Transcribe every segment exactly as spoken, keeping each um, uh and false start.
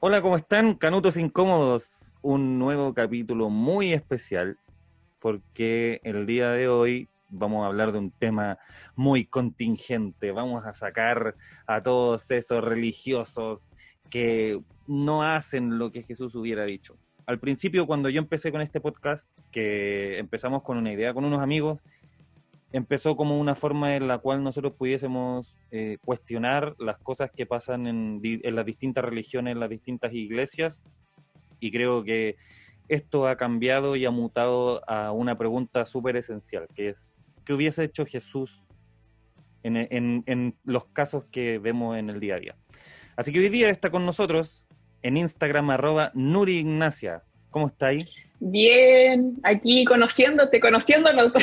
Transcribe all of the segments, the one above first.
Hola, ¿cómo están? Canutos Incómodos, un nuevo capítulo muy especial porque el día de hoy vamos a hablar de un tema muy contingente. Vamos a sacar a todos esos religiosos que no hacen lo que Jesús hubiera dicho. Al principio, cuando yo empecé con este podcast, que empezamos con una idea con unos amigos, empezó como una forma en la cual nosotros pudiésemos eh, cuestionar las cosas que pasan en, di- en las distintas religiones, en las distintas iglesias, y creo que esto ha cambiado y ha mutado a una pregunta súper esencial, que es, ¿qué hubiese hecho Jesús en, en, en los casos que vemos en el día a día? Así que hoy día está con nosotros en Instagram arroba Nuri Ignacia. ¿Cómo está ahí? Bien, aquí conociéndote, conociéndonos.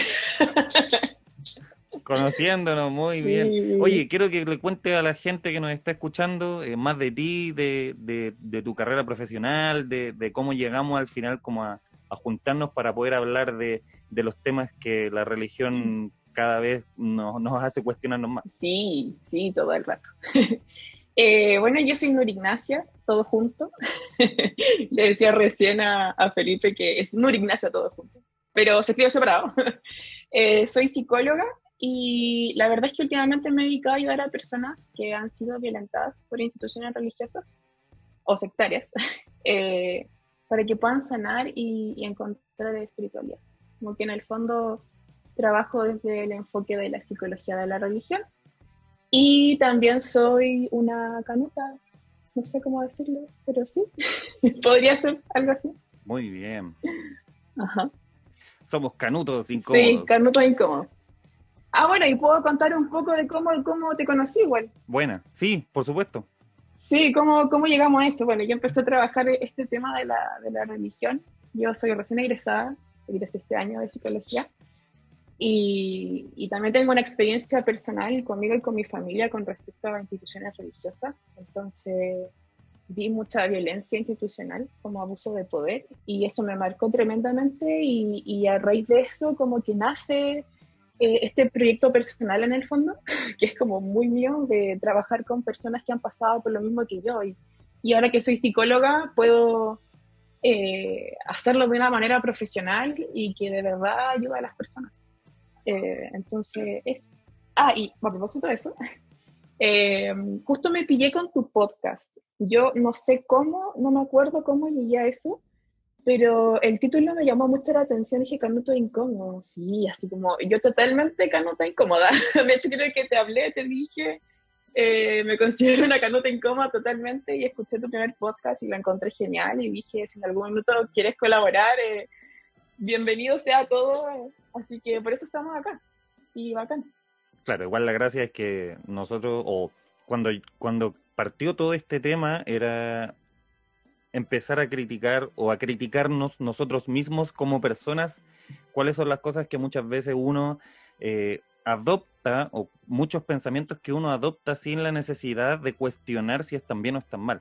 Conociéndonos muy bien. Sí. Oye, quiero que le cuente a la gente que nos está escuchando eh, más de ti, de, de, de tu carrera profesional, de, de cómo llegamos al final como a, a juntarnos para poder hablar de, de los temas que la religión cada vez nos, nos hace cuestionarnos más. Sí, sí, todo el rato. Eh, bueno, yo soy Nur Ignacia, todo junto. Le decía recién a, a Felipe que es Nur Ignacia todo junto, pero se escribe separado. Eh, soy psicóloga y la verdad es que últimamente me he dedicado a ayudar a personas que han sido violentadas por instituciones religiosas o sectarias, eh, para que puedan sanar y, y encontrar espiritualidad. Como que en el fondo trabajo desde el enfoque de la psicología de la religión y también soy una canuta, no sé cómo decirlo, pero sí, podría ser algo así. Muy bien. Ajá. Somos canutos Sí, incómodos. canutos incómodos. Ah, bueno, y puedo contar un poco de cómo, cómo te conocí igual. Buena. Sí, por supuesto. Sí, ¿cómo, cómo llegamos a eso? Bueno, yo empecé a trabajar este tema de la, de la religión. Yo soy recién egresada, egresé este año de psicología. Y, y también tengo una experiencia personal conmigo y con mi familia con respecto a instituciones religiosas. Entonces, vi mucha violencia institucional como abuso de poder y eso me marcó tremendamente y, y a raíz de eso como que nace eh, este proyecto personal en el fondo, que es como muy mío, de trabajar con personas que han pasado por lo mismo que yo. Y, y ahora que soy psicóloga, puedo eh, hacerlo de una manera profesional y que de verdad ayuda a las personas. Eh, entonces, eso. Ah, y a propósito de eso, eh, justo me pillé con tu podcast. Yo no sé cómo, no me acuerdo cómo llegué a eso, pero el título me llamó mucho la atención. Dije, Canuto incómodo. Sí, así como yo totalmente canuta incómoda. De hecho, creo que te hablé, te dije, eh, me considero una canuta incómoda totalmente y escuché tu primer podcast y lo encontré genial y dije, si en algún minuto quieres colaborar, eh, bienvenido sea todo. Así que por eso estamos acá. Y bacán. Claro, igual la gracia es que nosotros, o cuando, cuando partió todo este tema, era empezar a criticar o a criticarnos nosotros mismos como personas, cuáles son las cosas que muchas veces uno eh, adopta o muchos pensamientos que uno adopta sin la necesidad de cuestionar si están bien o están mal.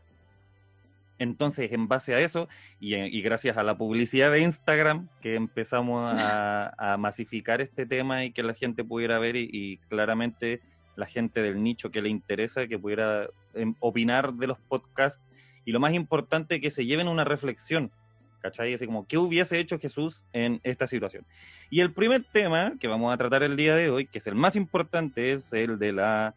Entonces, en base a eso, y, y gracias a la publicidad de Instagram, que empezamos a, a masificar este tema y que la gente pudiera ver y, y claramente la gente del nicho que le interesa, que pudiera eh, opinar de los podcasts, y lo más importante, que se lleven una reflexión, ¿cachai? Así como, ¿qué hubiese hecho Jesús en esta situación? Y el primer tema que vamos a tratar el día de hoy, que es el más importante, es el de la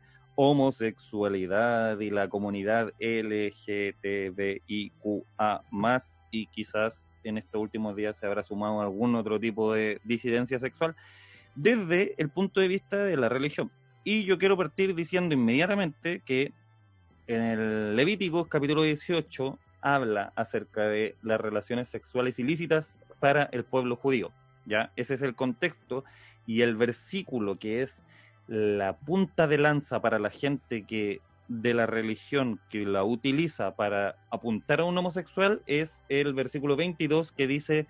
homosexualidad y la comunidad L G T B I Q A más, y quizás en estos últimos días se habrá sumado algún otro tipo de disidencia sexual desde el punto de vista de la religión. Y yo quiero partir diciendo inmediatamente que en el Levítico capítulo dieciocho habla acerca de las relaciones sexuales ilícitas para el pueblo judío. ¿Ya? Ese es el contexto, y el versículo que es la punta de lanza para la gente que de la religión que la utiliza para apuntar a un homosexual es el versículo veintidós, que dice: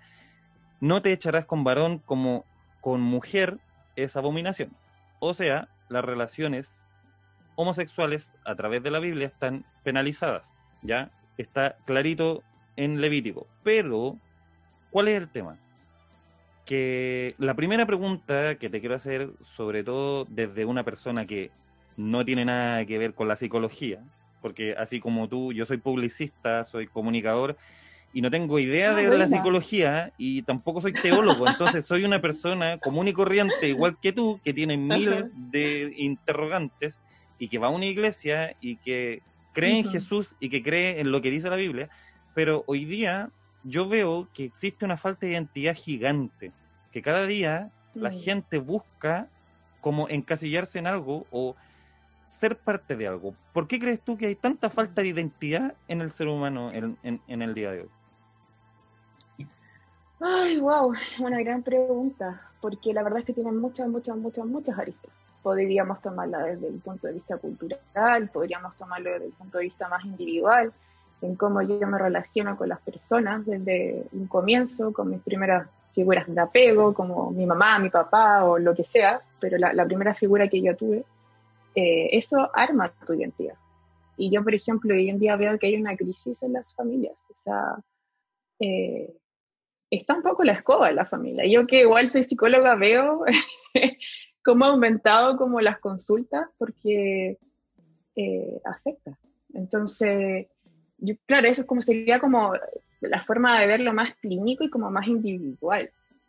no te echarás con varón, como con mujer es abominación. O sea, las relaciones homosexuales a través de la Biblia están penalizadas, ¿ya? Está clarito en Levítico. Pero, ¿cuál es el tema? Que la primera pregunta que te quiero hacer, sobre todo desde una persona que no tiene nada que ver con la psicología, porque así como tú, yo soy publicista, soy comunicador, y no tengo idea Ah, de la buena. psicología, y tampoco soy teólogo, entonces soy una persona común y corriente, igual que tú, que tiene Ajá. miles de interrogantes, y que va a una iglesia, y que cree en Ujú. Jesús, y que cree en lo que dice la Biblia, pero hoy día yo veo que existe una falta de identidad gigante, que cada día la Mm. gente busca como encasillarse en algo o ser parte de algo. ¿Por qué crees tú que hay tanta falta de identidad en el ser humano en, en, en el día de hoy? Ay, wow, una gran pregunta, porque la verdad es que tiene muchas, muchas, muchas, muchas aristas. Podríamos tomarla desde el punto de vista cultural, podríamos tomarlo desde el punto de vista más individual, en cómo yo me relaciono con las personas desde un comienzo, con mis primeras figuras de apego, como mi mamá, mi papá o lo que sea, pero la, la primera figura que yo tuve, eh, eso arma tu identidad. Y yo, por ejemplo, hoy en día veo que hay una crisis en las familias, o sea, eh, está un poco la escoba en la familia. Yo que igual soy psicóloga veo cómo ha aumentado como las consultas porque eh, afecta. Entonces, yo, claro, eso es como sería como la forma de verlo más clínico y como más individual.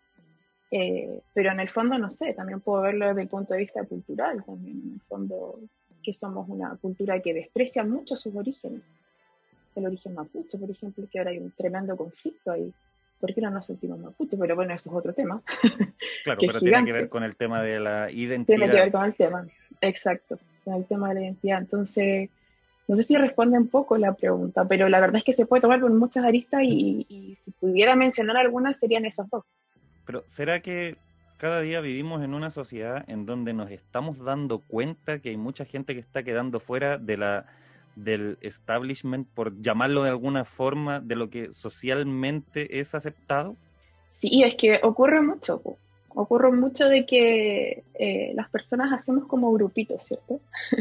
Eh, pero en el fondo, no sé, también puedo verlo desde el punto de vista cultural, también en el fondo que somos una cultura que desprecia mucho sus orígenes. El origen mapuche, por ejemplo, que ahora hay un tremendo conflicto ahí. ¿Por qué no nos sentimos mapuche? Pero bueno, eso es otro tema, Claro, que es pero tiene que ver gigante. con el tema de la Tiene que identidad. ver con el tema, exacto, con el tema de la identidad. Entonces, no sé si responde un poco la pregunta, pero la verdad es que se puede tomar por muchas aristas y, y si pudiera mencionar algunas serían esas dos. Pero ¿será que cada día vivimos en una sociedad en donde nos estamos dando cuenta que hay mucha gente que está quedando fuera de la del establishment, por llamarlo de alguna forma, de lo que socialmente es aceptado? Sí, es que ocurre mucho, po. Ocurre mucho de que eh, las personas hacemos como grupitos, ¿cierto?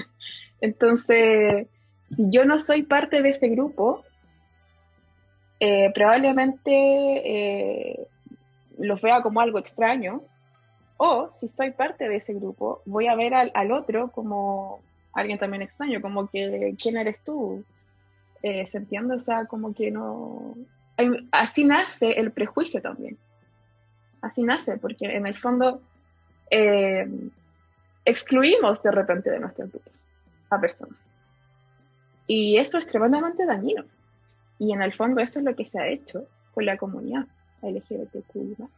Entonces, si yo no soy parte de ese grupo, eh, probablemente eh, los vea como algo extraño, o si soy parte de ese grupo, voy a ver al, al otro como alguien también extraño, como que, ¿quién eres tú? Eh, ¿Se entiende? O sea, como que no... Hay- así nace el prejuicio también, así nace, porque en el fondo eh, excluimos de repente de nuestros grupos a personas. Y eso es tremendamente dañino. Y en el fondo eso es lo que se ha hecho con la comunidad L G B T Q I más.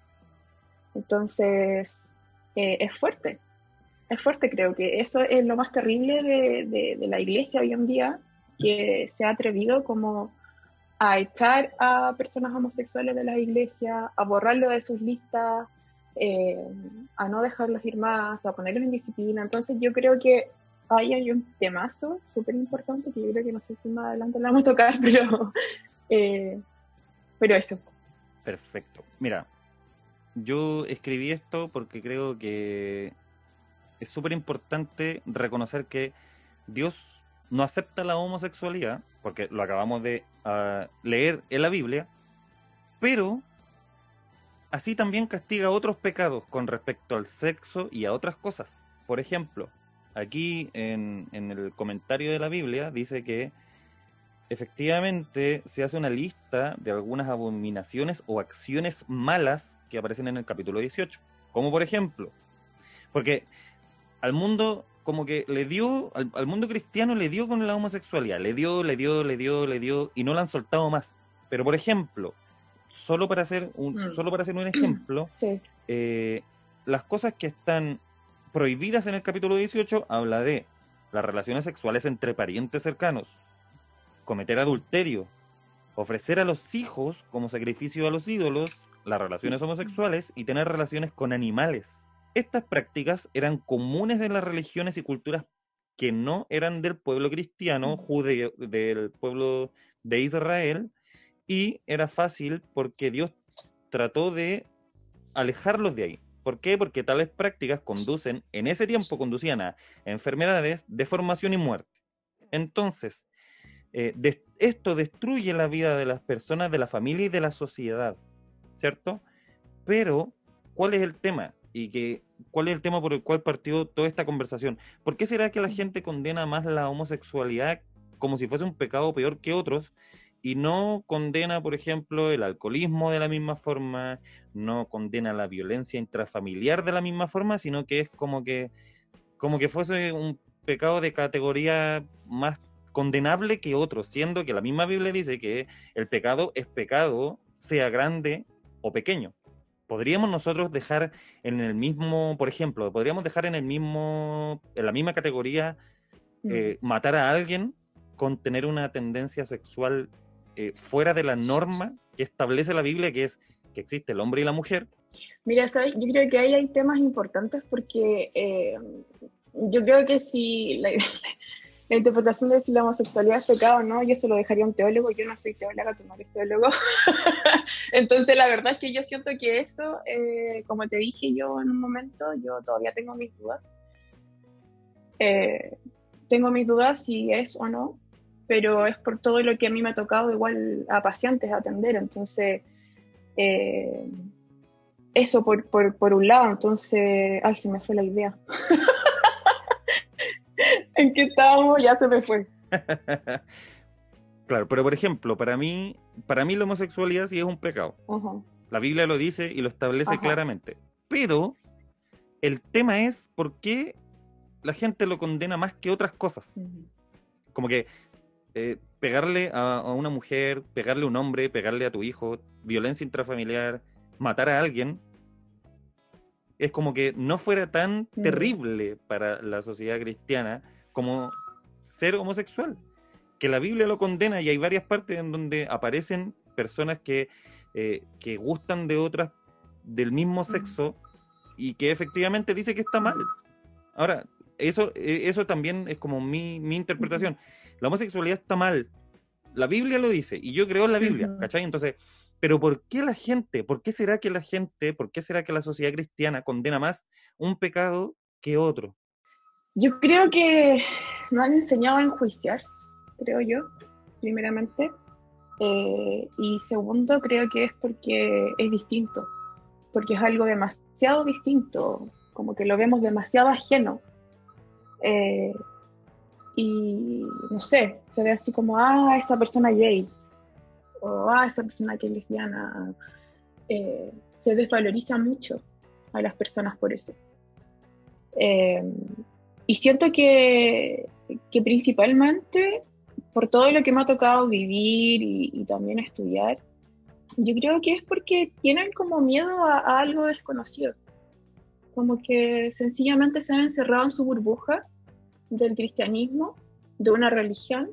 Entonces, eh, es fuerte, es fuerte, creo que eso es lo más terrible de, de, de la iglesia hoy en día, que se ha atrevido como a echar a personas homosexuales de la iglesia, a borrarlo de sus listas, eh, a no dejarlos ir más, a ponerlos en disciplina. Entonces yo creo que ahí hay un temazo súper importante que yo creo que no sé si más adelante la vamos a tocar, pero, eh, pero eso. Perfecto. Mira, yo escribí esto porque creo que es súper importante reconocer que Dios no acepta la homosexualidad, porque lo acabamos de uh, leer en la Biblia, pero así también castiga otros pecados con respecto al sexo y a otras cosas. Por ejemplo, aquí en, en el comentario de la Biblia dice que efectivamente se hace una lista de algunas abominaciones o acciones malas que aparecen en el capítulo dieciocho. Como por ejemplo, porque al mundo como que le dio, al, al mundo cristiano le dio con la homosexualidad, le dio, le dio, le dio, le dio, y no la han soltado más. Pero por ejemplo, solo para hacer un, Mm. solo para hacer un ejemplo, Sí. eh, las cosas que están prohibidas en el capítulo dieciocho habla de las relaciones sexuales entre parientes cercanos, cometer adulterio, ofrecer a los hijos como sacrificio a los ídolos, las relaciones homosexuales y tener relaciones con animales. Estas prácticas eran comunes en las religiones y culturas que no eran del pueblo cristiano, judeo, del pueblo de Israel, y era fácil porque Dios trató de alejarlos de ahí. ¿Por qué? Porque tales prácticas conducen, en ese tiempo conducían a enfermedades, deformación y muerte. Entonces, eh, de, esto destruye la vida de las personas, de la familia y de la sociedad, ¿cierto? Pero, ¿cuál es el tema? Y que, ¿cuál es el tema por el cual partió toda esta conversación? ¿Por qué será que la gente condena más la homosexualidad como si fuese un pecado peor que otros, y no condena, por ejemplo, el alcoholismo de la misma forma, no condena la violencia intrafamiliar de la misma forma, sino que es como que, como que fuese un pecado de categoría más condenable que otros, siendo que la misma Biblia dice que el pecado es pecado, sea grande o pequeño. ¿Podríamos nosotros dejar en el mismo, por ejemplo, podríamos dejar en el mismo, en la misma categoría eh, Mm. matar a alguien con tener una tendencia sexual eh, fuera de la norma que establece la Biblia, que es que existe el hombre y la mujer? Mira, ¿sabes? Yo creo que ahí hay temas importantes porque eh, yo creo que si la, la interpretación de si la homosexualidad es pecado o no, yo se lo dejaría a un teólogo. Yo no soy teóloga, tú no eres teólogo. Entonces, la verdad es que yo siento que eso, eh, como te dije yo en un momento, yo todavía tengo mis dudas. Eh, tengo mis dudas si es o no, pero es por todo lo que a mí me ha tocado igual a pacientes atender. Entonces, eh, eso por, por, por un lado. Entonces, ay, se me fue la idea. ¿En qué estábamos? Ya se me fue. Claro, pero por ejemplo, para mí, para mí la homosexualidad sí es un pecado. Uh-huh. La Biblia lo dice y lo establece Ajá. claramente. Pero el tema es por qué la gente lo condena más que otras cosas. Uh-huh. Como que eh, pegarle a, a una mujer, pegarle a un hombre, pegarle a tu hijo, violencia intrafamiliar, matar a alguien, es como que no fuera tan Uh-huh. terrible para la sociedad cristiana como ser homosexual. Que la Biblia lo condena y hay varias partes en donde aparecen personas que, eh, que gustan de otras del mismo sexo y que efectivamente dice que está mal. Ahora, eso, eso también es como mi, mi interpretación. La homosexualidad está mal. La Biblia lo dice y yo creo en la Biblia, Uh-huh. ¿cachai? Entonces, pero ¿por qué la gente, por qué será que la gente, por qué será que la sociedad cristiana condena más un pecado que otro? Yo creo que nos han enseñado a enjuiciar, creo yo, primeramente. Eh, y segundo, creo que es porque es distinto, porque es algo demasiado distinto, como que lo vemos demasiado ajeno. Eh, y no sé, se ve así como, ah, esa persona gay, o ah, esa persona que es lesbiana. Eh, se desvaloriza mucho a las personas por eso. Eh, y siento que, que principalmente por todo lo que me ha tocado vivir y, y también estudiar, yo creo que es porque tienen como miedo a, a algo desconocido, como que sencillamente se han encerrado en su burbuja del cristianismo, de una religión,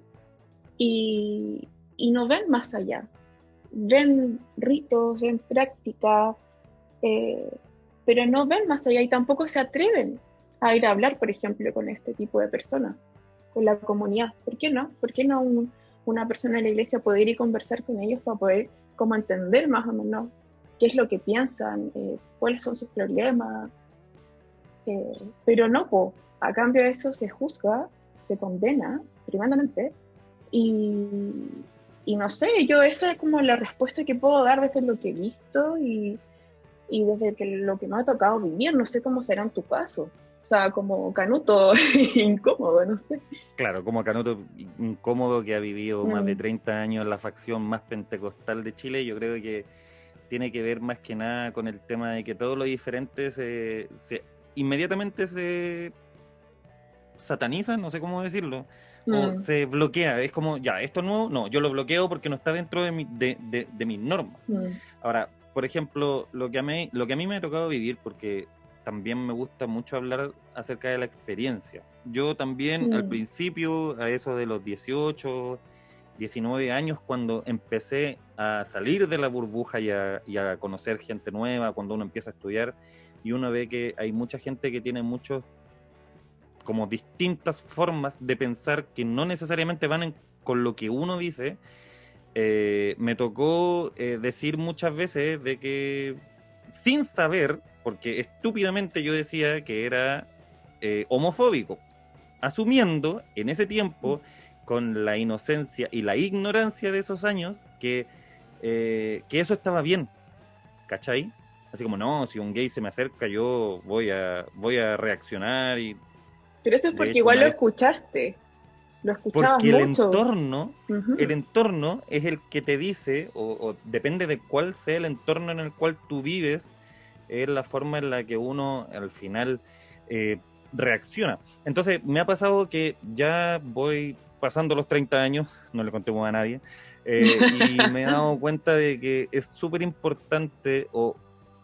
y, y no ven más allá. Ven ritos, ven prácticas, eh, pero no ven más allá y tampoco se atreven a ir a hablar, por ejemplo, con este tipo de personas, con la comunidad. ¿Por qué no? ¿Por qué no un, una persona en la iglesia puede ir y conversar con ellos para poder como entender más o menos qué es lo que piensan, eh, cuáles son sus problemas? Eh, pero no, po, a cambio de eso se juzga, se condena tremendamente y, y no sé, yo esa es como la respuesta que puedo dar desde lo que he visto y, y desde que lo que me ha tocado vivir. No sé cómo será en tu caso, o sea, como canuto, incómodo, no sé. Claro, como Canuto incómodo que ha vivido más de Mm. treinta años en la facción más pentecostal de Chile, yo creo que tiene que ver más que nada con el tema de que todo lo diferente se, se inmediatamente se sataniza, no sé cómo decirlo, o Mm. se bloquea. Es como, ya, esto nuevo, no, yo lo bloqueo porque no está dentro de, mi, de, de, de mis normas. Mm. Ahora, por ejemplo, lo que, a mí, lo que a mí me ha tocado vivir, porque también me gusta mucho hablar acerca de la experiencia. Yo también al Mm. principio, a eso de los dieciocho, diecinueve años, cuando empecé a salir de la burbuja y a, y a conocer gente nueva, cuando uno empieza a estudiar y uno ve que hay mucha gente que tiene muchos, como distintas formas de pensar que no necesariamente van en, con lo que uno dice, eh, me tocó eh, decir muchas veces de que sin saber, porque estúpidamente yo decía que era eh, homofóbico, asumiendo en ese tiempo, con la inocencia y la ignorancia de esos años, que, eh, que eso estaba bien, ¿cachai? Así como, no, si un gay se me acerca, yo voy a, voy a reaccionar y Pero eso es de porque hecho igual una lo vez, escuchaste. Lo escuchabas Porque el mucho. entorno, Uh-huh. el entorno es el que te dice, o, o depende de cuál sea el entorno en el cual tú vives, es la forma en la que uno al final eh, reacciona. Entonces, me ha pasado que ya voy pasando los treinta años, no le contemos a nadie, eh, y me he dado cuenta de que es súper importante o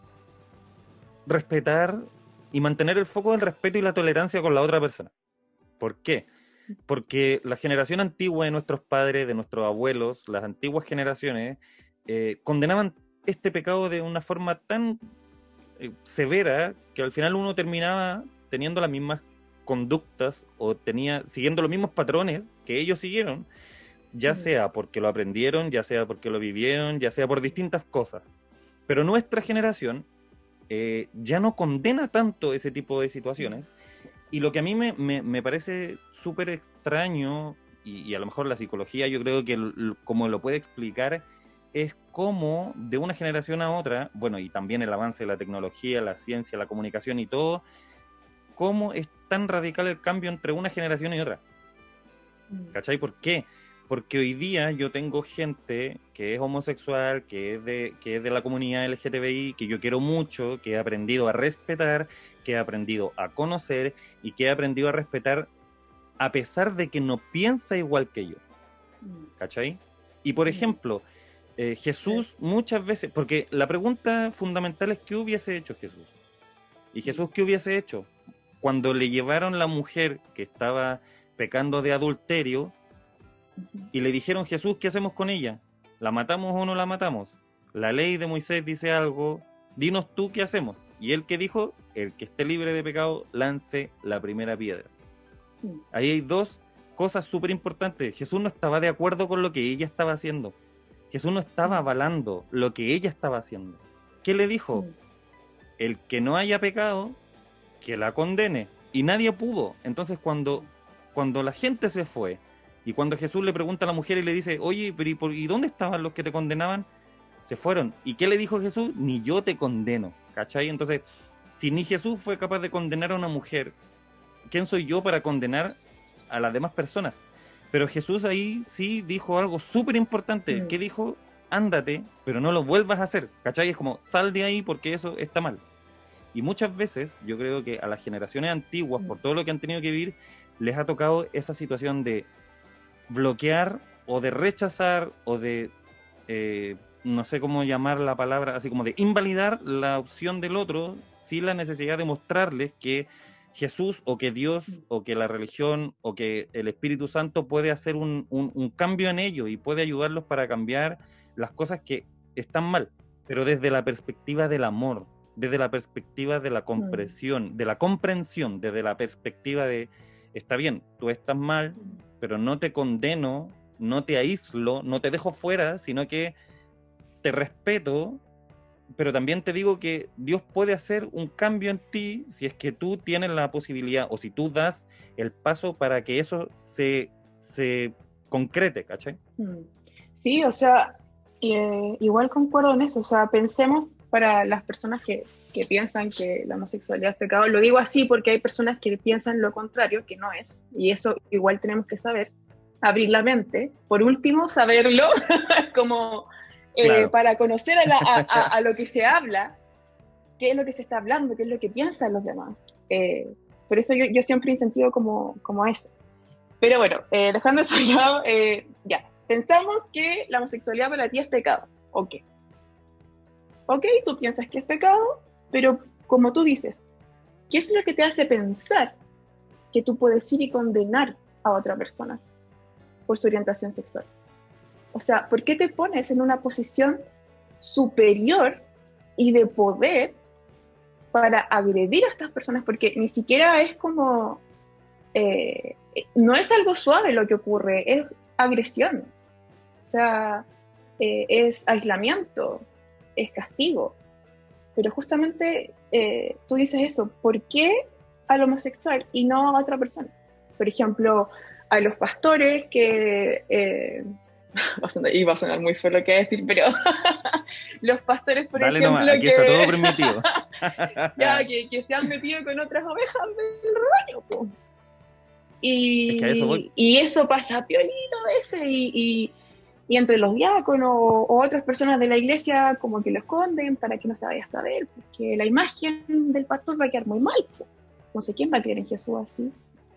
respetar y mantener el foco del respeto y la tolerancia con la otra persona. ¿Por qué? Porque la generación antigua de nuestros padres, de nuestros abuelos, las antiguas generaciones, eh, condenaban este pecado de una forma tan eh, severa que al final uno terminaba teniendo las mismas conductas o tenía siguiendo los mismos patrones que ellos siguieron, ya sea porque lo aprendieron, ya sea porque lo vivieron, ya sea por distintas cosas. Pero nuestra generación eh, ya no condena tanto ese tipo de situaciones. Y lo que a mí me, me, me parece súper extraño, y, y a lo mejor la psicología yo creo que l- como lo puede explicar, es cómo de una generación a otra, bueno, y también el avance de la tecnología, la ciencia, la comunicación y todo, cómo es tan radical el cambio entre una generación y otra. ¿Cachai? ¿Por qué? Porque hoy día yo tengo gente que es homosexual, que es de, que es de la comunidad L G T B I, que yo quiero mucho, que he aprendido a respetar, que he aprendido a conocer y que he aprendido a respetar a pesar de que no piensa igual que yo. ¿Cachai? Y por ejemplo, eh, Jesús muchas veces, porque la pregunta fundamental es ¿qué hubiese hecho Jesús? ¿Y Jesús qué hubiese hecho? Cuando le llevaron la mujer que estaba pecando de adulterio, y le dijeron, Jesús, ¿qué hacemos con ella? ¿La matamos o no la matamos? La ley de Moisés dice algo, dinos tú qué hacemos. Y él que dijo, el que esté libre de pecado, lance la primera piedra. Ahí hay dos cosas súper importantes. Jesús no estaba de acuerdo con lo que ella estaba haciendo. Jesús no estaba avalando lo que ella estaba haciendo. ¿Qué le dijo? El que no haya pecado, que la condene. Y nadie pudo. Entonces cuando, cuando la gente se fue, y cuando Jesús le pregunta a la mujer y le dice, oye, pero ¿y, por, ¿y dónde estaban los que te condenaban? Se fueron. ¿Y qué le dijo Jesús? Ni yo te condeno. ¿Cachai? Entonces, si ni Jesús fue capaz de condenar a una mujer, ¿quién soy yo para condenar a las demás personas? Pero Jesús ahí sí dijo algo súper importante. Mm. ¿Qué dijo? Ándate, pero no lo vuelvas a hacer. ¿Cachai? Es como, sal de ahí porque eso está mal. Y muchas veces, yo creo que a las generaciones antiguas, por todo lo que han tenido que vivir, les ha tocado esa situación de bloquear o de rechazar o de, eh, no sé cómo llamar la palabra, así como de invalidar la opción del otro sin la necesidad de mostrarles que Jesús o que Dios o que la religión o que el Espíritu Santo puede hacer un, un, un cambio en ellos y puede ayudarlos para cambiar las cosas que están mal, pero desde la perspectiva del amor, desde la perspectiva de la comprensión, de la comprensión, desde la perspectiva de, está bien, tú estás mal, pero no te condeno, no te aíslo, no te dejo fuera, sino que te respeto, pero también te digo que Dios puede hacer un cambio en ti si es que tú tienes la posibilidad o si tú das el paso para que eso se, se concrete, ¿cachai? Sí, o sea, eh, igual concuerdo en eso, o sea, pensemos para las personas que, que piensan que la homosexualidad es pecado, lo digo así porque hay personas que piensan lo contrario, que no es, y eso igual tenemos que saber, abrir la mente, por último saberlo, como eh, claro. Para conocer a, la, a, a, a lo que se habla, qué es lo que se está hablando, qué es lo que piensan los demás. Eh, por eso yo, yo siempre incentivo como, como eso. Pero bueno, eh, dejando eso de lado, eh, ya, pensamos que la homosexualidad para ti es pecado, ok. Ok, tú piensas que es pecado, pero como tú dices, ¿qué es lo que te hace pensar que tú puedes ir y condenar a otra persona por su orientación sexual? O sea, ¿por qué te pones en una posición superior y de poder para agredir a estas personas? Porque ni siquiera es como, eh, no es algo suave lo que ocurre, es agresión. O sea, eh, es aislamiento, es castigo. Pero justamente eh, tú dices eso, ¿por qué al homosexual y no a otra persona? Por ejemplo, a los pastores que... Eh, va a sonar, y va a sonar muy feo lo que voy a decir, pero los pastores, por Dale ejemplo, nomás, aquí que, está todo permitido. ya, que, que se han metido con otras ovejas del rebaño, po. Es que a eso voy. Y, y eso pasa piolito a veces, y, y, y entre los diáconos o otras personas de la iglesia como que lo esconden para que no se vaya a saber, porque la imagen del pastor va a quedar muy mal. No sé quién va a creer en Jesús así.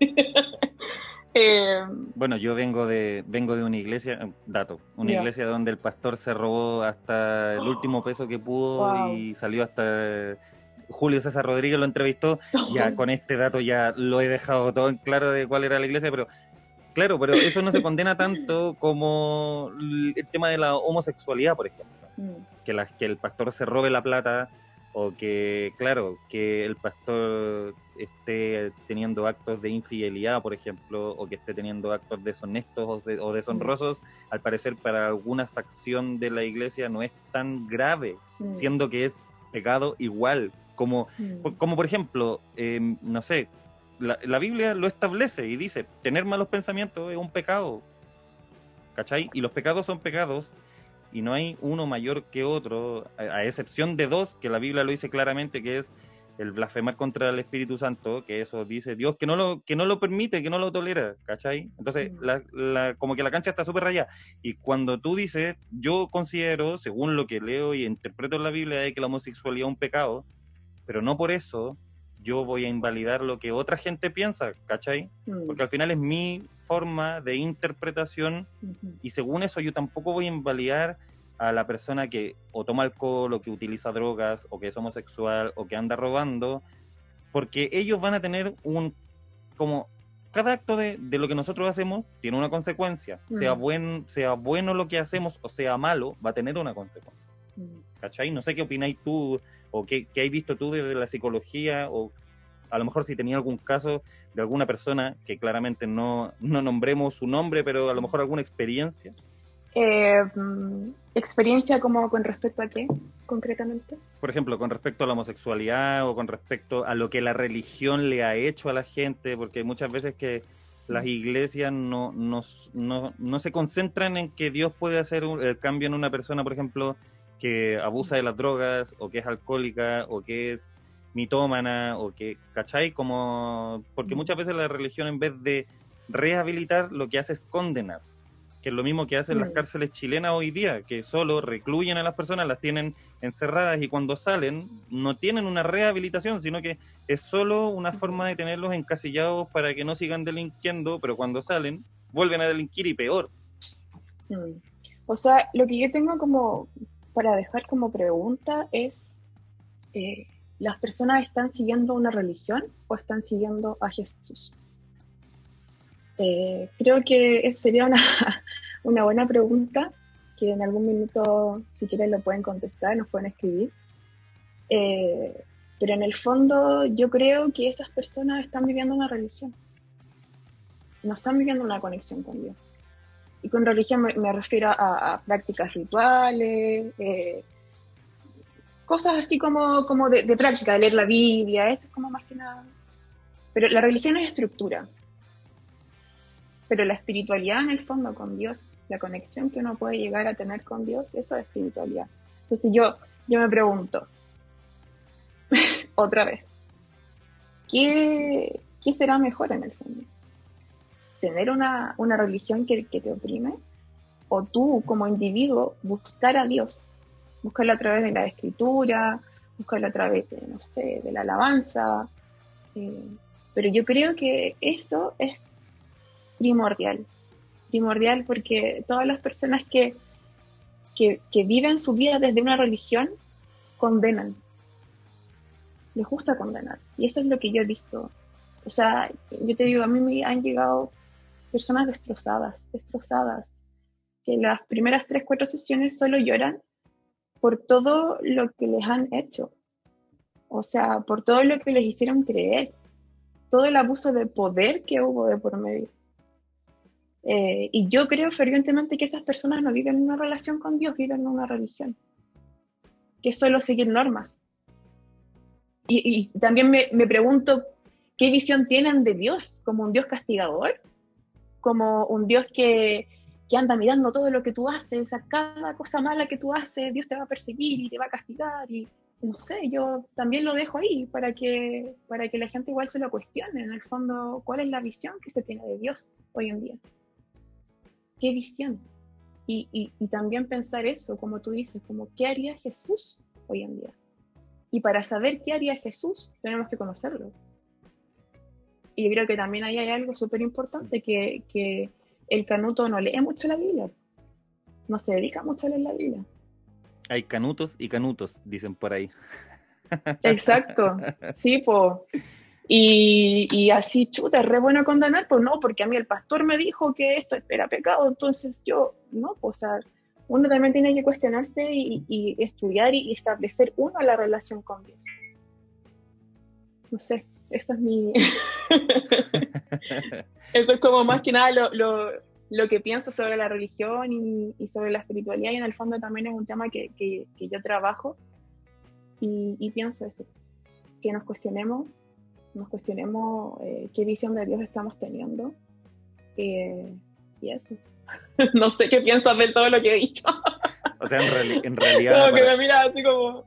eh, Bueno, yo vengo de vengo de una iglesia, dato, una yeah. iglesia donde el pastor se robó hasta el último peso que pudo Wow. y salió hasta Julio César Rodríguez lo entrevistó. Ya con este dato ya lo he dejado todo en claro de cuál era la iglesia, pero claro, pero eso no se condena tanto como el tema de la homosexualidad, por ejemplo. Mm. Que, la, que el pastor se robe la plata o que, claro, que el pastor esté teniendo actos de infidelidad, por ejemplo, o que esté teniendo actos deshonestos o, de, o deshonrosos, mm. al parecer para alguna facción de la iglesia no es tan grave, mm. siendo que es pecado igual, como, mm. como por ejemplo, eh, no sé, la, la Biblia lo establece y dice, tener malos pensamientos es un pecado, ¿cachai? Y los pecados son pecados, y no hay uno mayor que otro, a, a excepción de dos, que la Biblia lo dice claramente, que es el blasfemar contra el Espíritu Santo, que eso dice Dios, que no lo, que no lo permite, que no lo tolera, ¿cachai? Entonces, mm. la, la, como que la cancha está súper rayada. Y cuando tú dices, yo considero, según lo que leo y interpreto en la Biblia, de que la homosexualidad es un pecado, pero no por eso yo voy a invalidar lo que otra gente piensa, ¿cachai? Mm. Porque al final es mi forma de interpretación, uh-huh. y según eso yo tampoco voy a invalidar a la persona que o toma alcohol, o que utiliza drogas, o que es homosexual, o que anda robando, porque ellos van a tener un, como, cada acto de, de lo que nosotros hacemos tiene una consecuencia, mm. sea, buen, sea bueno lo que hacemos, o sea malo, va a tener una consecuencia. ¿Cachai? No sé qué opináis tú, o qué, qué has visto tú desde la psicología, o a lo mejor si tenía algún caso de alguna persona, que claramente no, no nombremos su nombre, pero a lo mejor alguna experiencia. Eh, ¿Experiencia como con respecto a qué, concretamente? Por ejemplo, con respecto a la homosexualidad, o con respecto a lo que la religión le ha hecho a la gente, porque muchas veces que las iglesias no, no, no, no se concentran en que Dios puede hacer un, el cambio en una persona, por ejemplo, que abusa de las drogas, o que es alcohólica, o que es mitómana, o que, ¿cachai? Como, porque muchas veces la religión, en vez de rehabilitar, lo que hace es condenar, que es lo mismo que hacen mm. las cárceles chilenas hoy día, que solo recluyen a las personas, las tienen encerradas, y cuando salen no tienen una rehabilitación, sino que es solo una forma de tenerlos encasillados para que no sigan delinquiendo, pero cuando salen vuelven a delinquir y peor. Mm. O sea, lo que yo tengo como para dejar como pregunta es, eh, ¿las personas están siguiendo una religión o están siguiendo a Jesús? Eh, creo que sería una, una buena pregunta, que en algún minuto, si quieren, lo pueden contestar, nos pueden escribir. Eh, pero en el fondo yo creo que esas personas están viviendo una religión. No están viviendo una conexión con Dios. Y con religión me, me refiero a, a prácticas rituales, eh, cosas así como, como de, de práctica, de leer la Biblia, eso es como más que nada. Pero la religión es estructura. Pero la espiritualidad, en el fondo, con Dios, la conexión que uno puede llegar a tener con Dios, eso es espiritualidad. Entonces yo, yo me pregunto, otra vez, ¿qué, ¿qué será mejor en el fondo? ¿Tener una, una religión que, que te oprime? ¿O tú, como individuo, buscar a Dios? Buscarlo a través de la escritura, buscarlo a través de, no sé, de la alabanza. Eh, pero yo creo que eso es primordial. Primordial porque todas las personas que, que, que viven su vida desde una religión condenan. Les gusta condenar. Y eso es lo que yo he visto. O sea, yo te digo, a mí me han llegado personas destrozadas, destrozadas, que las primeras tres, cuatro sesiones solo lloran por todo lo que les han hecho. O sea, por todo lo que les hicieron creer. Todo el abuso de poder que hubo de por medio. Eh, y yo creo fervientemente que esas personas no viven una relación con Dios, viven una religión. Que es solo seguir normas. Y, y también me, me pregunto, ¿qué visión tienen de Dios? ¿Como un Dios castigador? ¿Como un Dios que, que anda mirando todo lo que tú haces? A cada cosa mala que tú haces, Dios te va a perseguir y te va a castigar. Y no sé, yo también lo dejo ahí para que, para que la gente igual se lo cuestione, en el fondo, ¿cuál es la visión que se tiene de Dios hoy en día? ¿Qué visión? Y, y, y también pensar eso, como tú dices, como ¿qué haría Jesús hoy en día? Y para saber qué haría Jesús, tenemos que conocerlo. Y yo creo que también ahí hay algo súper importante, que, que el canuto no lee mucho la Biblia, no se dedica mucho a leer la Biblia. Hay canutos y canutos, dicen por ahí. Exacto, sí, pues. Y, y así, chuta, es re bueno condenar, pues no, porque a mí el pastor me dijo que esto era pecado, entonces yo, no, pues, o sea, uno también tiene que cuestionarse y, y estudiar y establecer uno la relación con Dios. No sé, esa es mi... Eso es como más que nada lo, lo, lo que pienso sobre la religión y, y sobre la espiritualidad, y en el fondo también es un tema que, que, que yo trabajo y, y pienso eso, que nos cuestionemos, nos cuestionemos eh, qué visión de Dios estamos teniendo, eh, y eso. No sé qué piensas de todo lo que he dicho. O sea, en, reali en realidad... Como que para... me miras así como...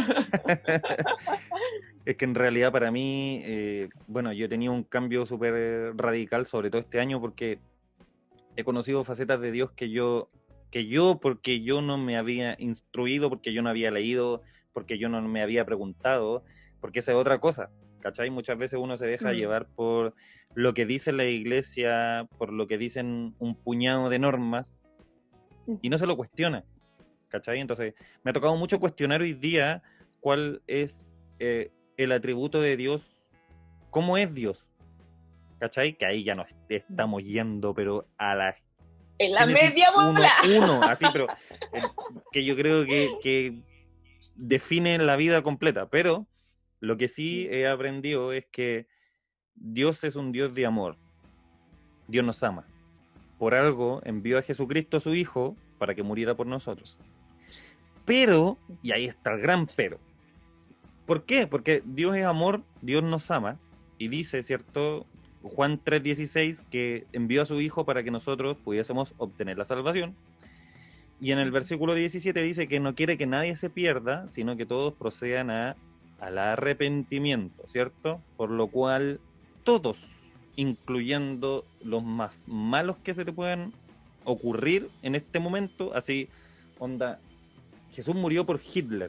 Es que en realidad para mí, eh, bueno, yo he tenido un cambio súper radical, sobre todo este año, porque he conocido facetas de Dios que yo, que yo, porque yo no me había instruido, porque yo no había leído, porque yo no me había preguntado, porque esa es otra cosa, ¿cachai? Muchas veces uno se deja Mm. llevar por lo que dice la iglesia, por lo que dicen un puñado de normas, y no se lo cuestiona, ¿cachai? Entonces, me ha tocado mucho cuestionar hoy día cuál es eh, el atributo de Dios, cómo es Dios, ¿cachai? Que ahí ya nos estamos yendo, pero a la En la Génesis media uno bola. uno, así, pero eh, que yo creo que, que define la vida completa. Pero lo que sí he aprendido es que Dios es un Dios de amor. Dios nos ama. Por algo envió a Jesucristo, su Hijo, para que muriera por nosotros. Pero, y ahí está el gran pero. ¿Por qué? Porque Dios es amor, Dios nos ama, y dice, ¿cierto? Juan tres dieciséis, que envió a su Hijo para que nosotros pudiésemos obtener la salvación. Y en el versículo diecisiete dice que no quiere que nadie se pierda, sino que todos procedan a, al arrepentimiento, ¿cierto? Por lo cual todos, incluyendo los más malos que se te puedan ocurrir en este momento, así, onda, Jesús murió por Hitler.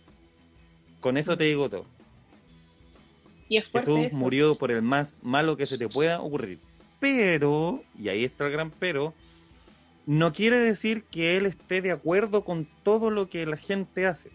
Con eso te digo todo. Y es fuerte Jesús eso. murió por el más malo que se te pueda ocurrir. Pero, y ahí está el gran pero, no quiere decir que él esté de acuerdo con todo lo que la gente hace.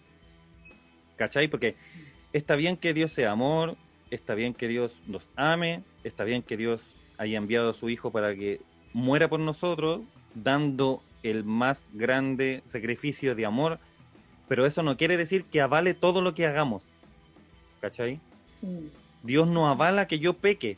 ¿Cachai? Porque está bien que Dios sea amor, está bien que Dios nos ame, está bien que Dios haya enviado a su Hijo para que muera por nosotros, dando el más grande sacrificio de amor, pero eso no quiere decir que avale todo lo que hagamos. ¿Cachai? Mm. Dios no avala que yo peque.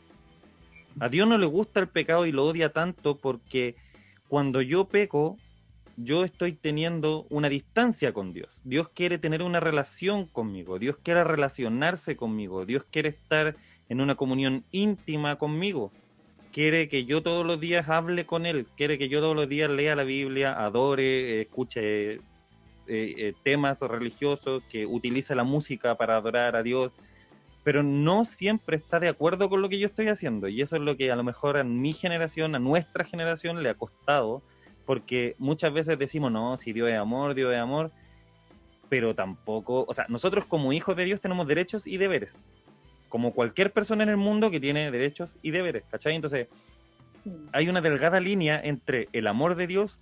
A Dios no le gusta el pecado y lo odia tanto porque cuando yo peco, yo estoy teniendo una distancia con Dios. Dios quiere tener una relación conmigo. Dios quiere relacionarse conmigo. Dios quiere estar en una comunión íntima conmigo. Quiere que yo todos los días hable con Él. Quiere que yo todos los días lea la Biblia, adore, escuche eh, eh, temas religiosos, que utilice la música para adorar a Dios. Pero no siempre está de acuerdo con lo que yo estoy haciendo. Y eso es lo que a lo mejor a mi generación, a nuestra generación le ha costado, porque muchas veces decimos, no, si Dios es amor, Dios es amor, pero tampoco, o sea, nosotros como hijos de Dios tenemos derechos y deberes, como cualquier persona en el mundo que tiene derechos y deberes, ¿cachai? Entonces, hay una delgada línea entre el amor de Dios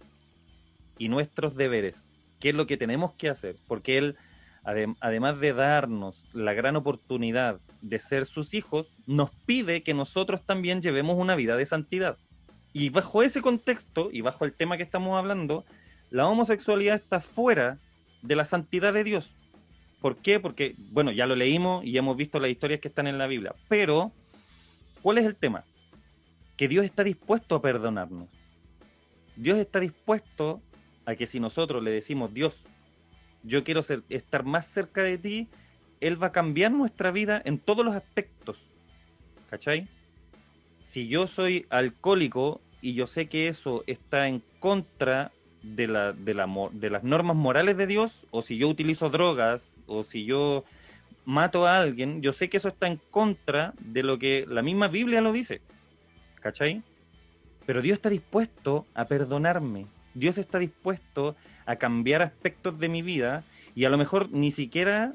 y nuestros deberes, qué es lo que tenemos que hacer, porque Él, además de darnos la gran oportunidad de ser sus hijos, nos pide que nosotros también llevemos una vida de santidad. Y bajo ese contexto, y bajo el tema que estamos hablando, la homosexualidad está fuera de la santidad de Dios. ¿Por qué? Porque, bueno, ya lo leímos y hemos visto las historias que están en la Biblia. Pero, ¿cuál es el tema? Que Dios está dispuesto a perdonarnos. Dios está dispuesto a que si nosotros le decimos, Dios, yo quiero ser, estar más cerca de ti, Él va a cambiar nuestra vida en todos los aspectos. ¿Cachai? Si yo soy alcohólico y yo sé que eso está en contra de, la, de, la, de las normas morales de Dios, o si yo utilizo drogas o si yo mato a alguien, yo sé que eso está en contra de lo que la misma Biblia lo dice, ¿cachai? Pero Dios está dispuesto a perdonarme, Dios está dispuesto a cambiar aspectos de mi vida, y a lo mejor ni siquiera,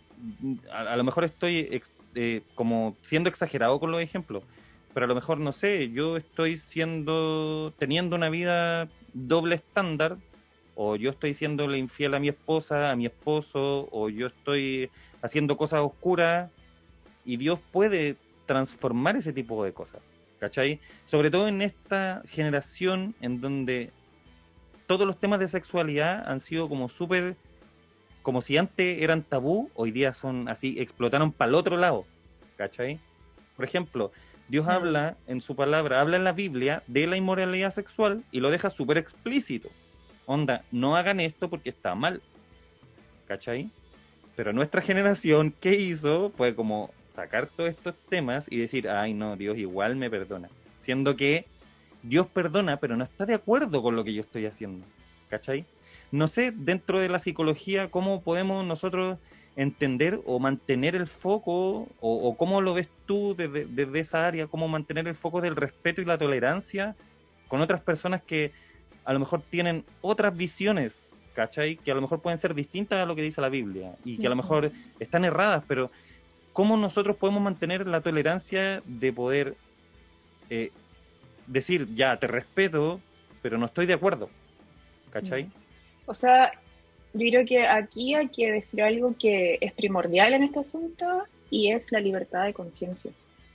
a, a lo mejor estoy ex, eh, como siendo exagerado con los ejemplos, pero a lo mejor, no sé, yo estoy siendo, teniendo una vida doble estándar, o yo estoy siéndole infiel a mi esposa, a mi esposo, o yo estoy haciendo cosas oscuras, y Dios puede transformar ese tipo de cosas, ¿cachai? Sobre todo en esta generación en donde todos los temas de sexualidad han sido como súper, como si antes eran tabú, hoy día son así, explotaron para el otro lado, ¿cachai? Por ejemplo, Dios Mm. habla en su palabra, habla en la Biblia de la inmoralidad sexual y lo deja súper explícito. Onda, no hagan esto porque está mal, ¿cachai? Pero nuestra generación, ¿qué hizo? Fue como sacar todos estos temas y decir, ay no, Dios igual me perdona. Siendo que Dios perdona, pero no está de acuerdo con lo que yo estoy haciendo, ¿cachai? No sé, dentro de la psicología, cómo podemos nosotros entender o mantener el foco, o, o cómo lo ves tú desde, desde esa área, cómo mantener el foco del respeto y la tolerancia con otras personas que a lo mejor tienen otras visiones, ¿cachai? Que a lo mejor pueden ser distintas a lo que dice la Biblia y que a lo mejor están erradas, pero ¿cómo nosotros podemos mantener la tolerancia de poder eh, decir, ya, te respeto, pero no estoy de acuerdo, ¿cachai? O sea, yo creo que aquí hay que decir algo que es primordial en este asunto, y es la libertad de conciencia.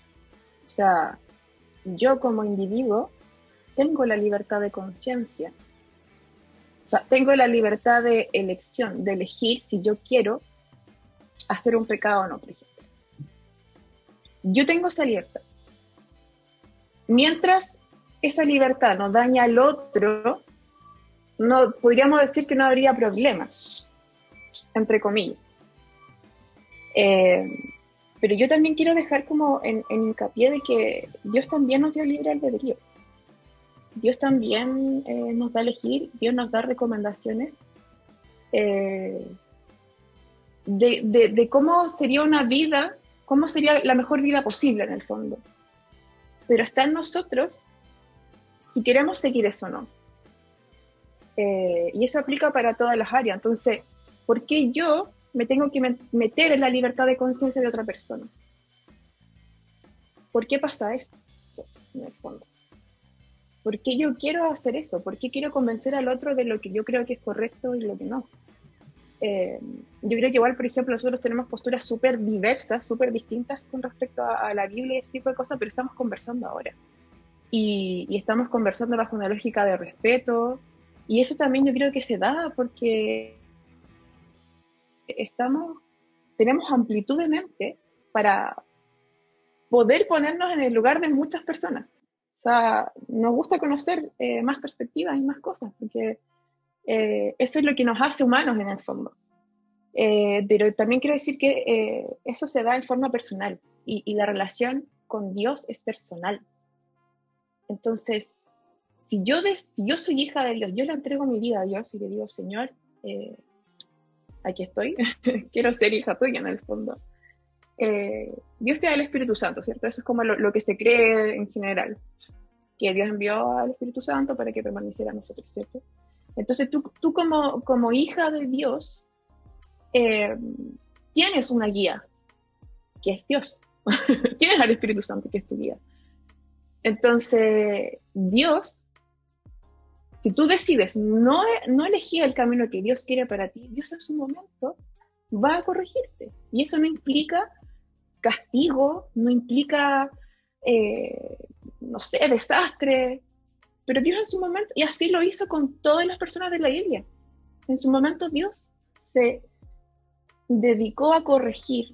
O sea, yo como individuo tengo la libertad de conciencia. O sea, tengo la libertad de elección, de elegir si yo quiero hacer un pecado o no, por ejemplo. Yo tengo esa libertad. Mientras esa libertad no daña al otro, no podríamos decir que no habría problemas, entre comillas. Eh, pero yo también quiero dejar como en, en hincapié de que Dios también nos dio libre albedrío. Dios también eh, nos da a elegir, Dios nos da recomendaciones eh, de, de, de cómo sería una vida, cómo sería la mejor vida posible en el fondo. Pero está en nosotros si queremos seguir eso o no. Eh, y eso aplica para todas las áreas. Entonces, ¿por qué yo me tengo que meter en la libertad de conciencia de otra persona? ¿Por qué pasa eso, en el fondo? ¿Por qué yo quiero hacer eso? ¿Por qué quiero convencer al otro de lo que yo creo que es correcto y lo que no? Eh, yo creo que igual, por ejemplo, nosotros tenemos posturas súper diversas, súper distintas con respecto a, a la Biblia y ese tipo de cosas, pero estamos conversando ahora. Y, y estamos conversando bajo una lógica de respeto, y eso también yo creo que se da porque estamos, tenemos amplitud de mente para poder ponernos en el lugar de muchas personas. O sea, nos gusta conocer eh, más perspectivas y más cosas, porque eh, eso es lo que nos hace humanos en el fondo. Eh, pero también quiero decir que eh, eso se da en forma personal, y, y la relación con Dios es personal. Entonces, si yo, de, si yo soy hija de Dios, yo le entrego mi vida a Dios y le digo, Señor, eh, aquí estoy, quiero ser hija tuya en el fondo. Eh, Dios te da el Espíritu Santo, ¿cierto? Eso es como lo, lo que se cree en general, que Dios envió al Espíritu Santo para que permaneciera en nosotros, ¿cierto? Entonces tú, tú como, como hija de Dios, eh, tienes una guía, que es Dios. Tienes al Espíritu Santo, que es tu guía. Entonces, Dios, si tú decides no, no elegir el camino que Dios quiere para ti, Dios en su momento va a corregirte. Y eso no implica castigo, no implica, eh, no sé, desastre, pero Dios en su momento, y así lo hizo con todas las personas de la Biblia, en su momento Dios se dedicó a corregir,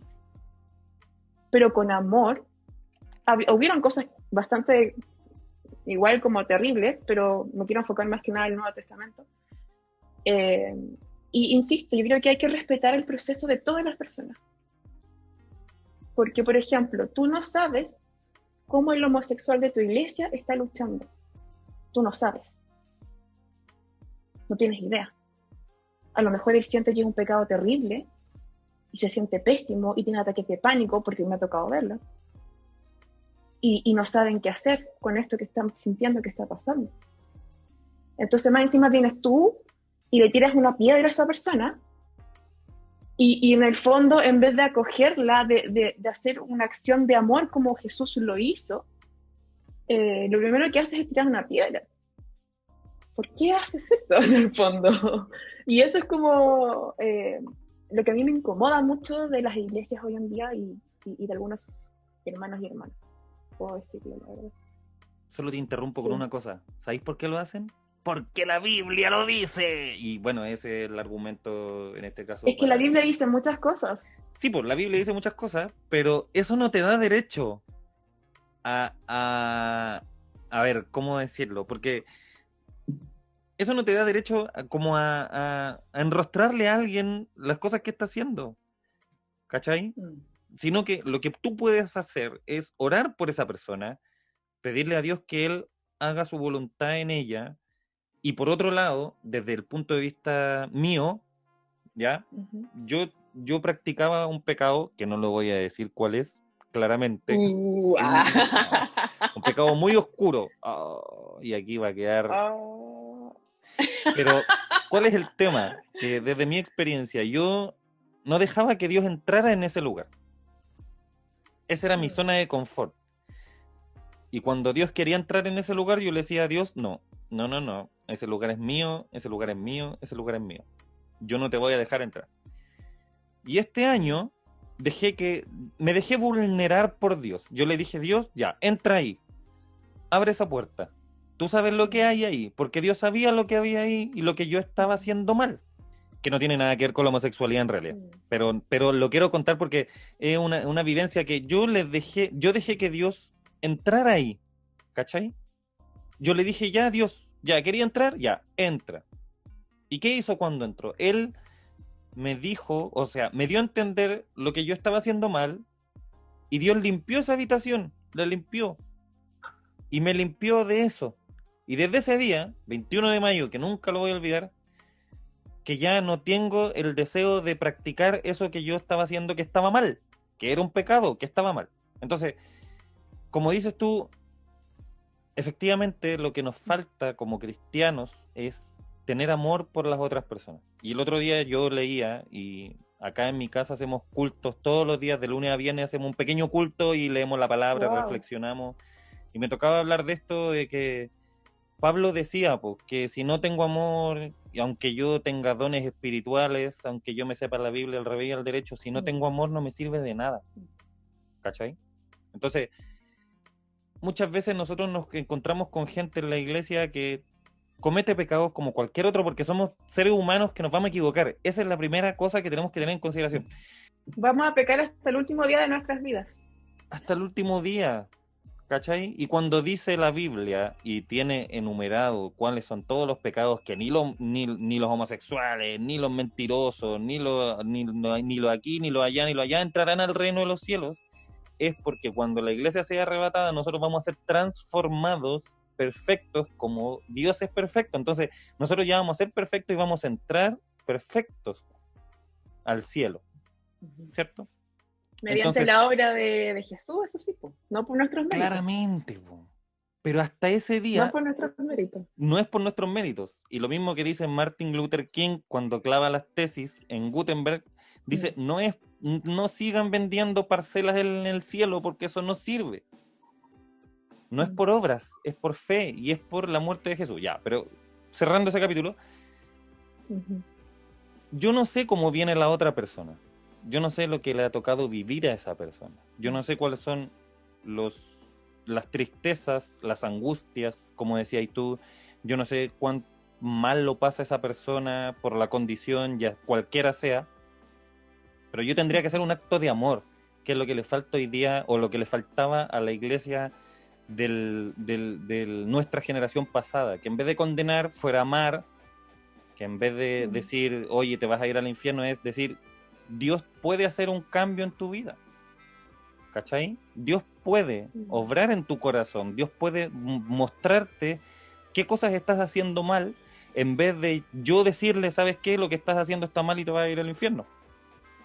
pero con amor. Hab- hubieron cosas bastante igual como terribles, pero me quiero enfocar más que nada en el Nuevo Testamento. Eh, y insisto, yo creo que hay que respetar el proceso de todas las personas. Porque, por ejemplo, tú no sabes cómo el homosexual de tu iglesia está luchando. Tú no sabes. No tienes idea. A lo mejor él siente que es un pecado terrible y se siente pésimo y tiene ataques de pánico, porque me ha tocado verlo, y, y no saben qué hacer con esto que están sintiendo que está pasando. Entonces más encima vienes tú y le tiras una piedra a esa persona y, y en el fondo, en vez de acogerla, de, de, de hacer una acción de amor como Jesús lo hizo, eh, lo primero que haces es tirar una piedra. ¿Por qué haces eso en el fondo? Y eso es como eh, lo que a mí me incomoda mucho de las iglesias hoy en día y, y, y de algunos hermanos y hermanas, puedo decirlo, la verdad. Solo te interrumpo Sí. con una cosa. ¿Sabéis por qué lo hacen? Porque la Biblia lo dice. Y bueno, ese es el argumento en este caso. Es que para... la Biblia dice muchas cosas. Sí, pues la Biblia dice muchas cosas, pero eso no te da derecho a... A, a ver, ¿cómo decirlo? Porque eso no te da derecho a, como a, a, a enrostrarle a alguien las cosas que está haciendo. ¿Cachai? Mm. Sino que lo que tú puedes hacer es orar por esa persona, pedirle a Dios que Él haga su voluntad en ella. Y por otro lado, desde el punto de vista mío, ¿ya? Uh-huh. Yo, yo practicaba un pecado, que no lo voy a decir cuál es, claramente. Uh, un, ah. un pecado muy oscuro. Oh, y aquí va a quedar... Oh. Pero, ¿cuál es el tema? Que desde mi experiencia, yo no dejaba que Dios entrara en ese lugar. Esa era mi zona de confort. Y cuando Dios quería entrar en ese lugar, yo le decía a Dios, no, no, no, no, ese lugar es mío, ese lugar es mío, ese lugar es mío. Yo no te voy a dejar entrar. Y este año dejé que, me dejé vulnerar por Dios. Yo le dije, Dios, ya, entra ahí, abre esa puerta. Tú sabes lo que hay ahí, porque Dios sabía lo que había ahí y lo que yo estaba haciendo mal. Que no tiene nada que ver con la homosexualidad en realidad. Pero, pero lo quiero contar porque es una, una vivencia que yo les dejé, yo dejé que Dios entrara ahí. ¿Cachai? Yo le dije, ya, Dios, ya, quería entrar, ya, entra. ¿Y qué hizo cuando entró? Él me dijo, o sea, me dio a entender lo que yo estaba haciendo mal y Dios limpió esa habitación, la limpió. Y me limpió de eso. Y desde ese día, veintiuno de mayo, que nunca lo voy a olvidar, que ya no tengo el deseo de practicar eso que yo estaba haciendo que estaba mal, que era un pecado, que estaba mal. Entonces, como dices tú, efectivamente lo que nos falta como cristianos es tener amor por las otras personas. Y el otro día yo leía, y acá en mi casa hacemos cultos todos los días, de lunes a viernes hacemos un pequeño culto y leemos la palabra, wow. reflexionamos. Y me tocaba hablar de esto, de que Pablo decía, pues, que si no tengo amor, y aunque yo tenga dones espirituales, aunque yo me sepa la Biblia al revés y al derecho, si no tengo amor no me sirve de nada. ¿Cachai? Entonces, muchas veces nosotros nos encontramos con gente en la iglesia que comete pecados como cualquier otro, porque somos seres humanos que nos vamos a equivocar. Esa es la primera cosa que tenemos que tener en consideración. Vamos a pecar hasta el último día de nuestras vidas. Hasta el último día. ¿Cachai? Y cuando dice la Biblia y tiene enumerado cuáles son todos los pecados que ni, lo, ni, ni los homosexuales, ni los mentirosos, ni los ni, ni lo aquí, ni lo allá, ni lo allá entrarán al reino de los cielos, es porque cuando la iglesia sea arrebatada nosotros vamos a ser transformados perfectos como Dios es perfecto. Entonces nosotros ya vamos a ser perfectos y vamos a entrar perfectos al cielo, ¿cierto? Mediante Entonces, la obra de, de Jesús, eso sí, po. No por nuestros méritos. Claramente, po. Pero hasta ese día... No por nuestros méritos. No es por nuestros méritos. Y lo mismo que dice Martin Luther King cuando clava las tesis en Gutenberg, dice, mm. no es no sigan vendiendo parcelas en el cielo porque eso no sirve. No mm. es por obras, es por fe y es por la muerte de Jesús. Ya, pero cerrando ese capítulo, uh-huh. yo no sé cómo viene la otra persona. Yo no sé lo que le ha tocado vivir a esa persona. Yo no sé cuáles son los, las tristezas, las angustias, como decías tú. Yo no sé cuán mal lo pasa esa persona por la condición, ya cualquiera sea. Pero yo tendría que hacer un acto de amor, que es lo que le falta hoy día, o lo que le faltaba a la iglesia del, del, del nuestra generación pasada. Que en vez de condenar, fuera amar. Que en vez de decir, oye, te vas a ir al infierno, es decir... Dios puede hacer un cambio en tu vida, ¿cachai? Dios puede obrar en tu corazón, Dios puede mostrarte qué cosas estás haciendo mal, en vez de yo decirle, ¿sabes qué? Lo que estás haciendo está mal y te vas a ir al infierno.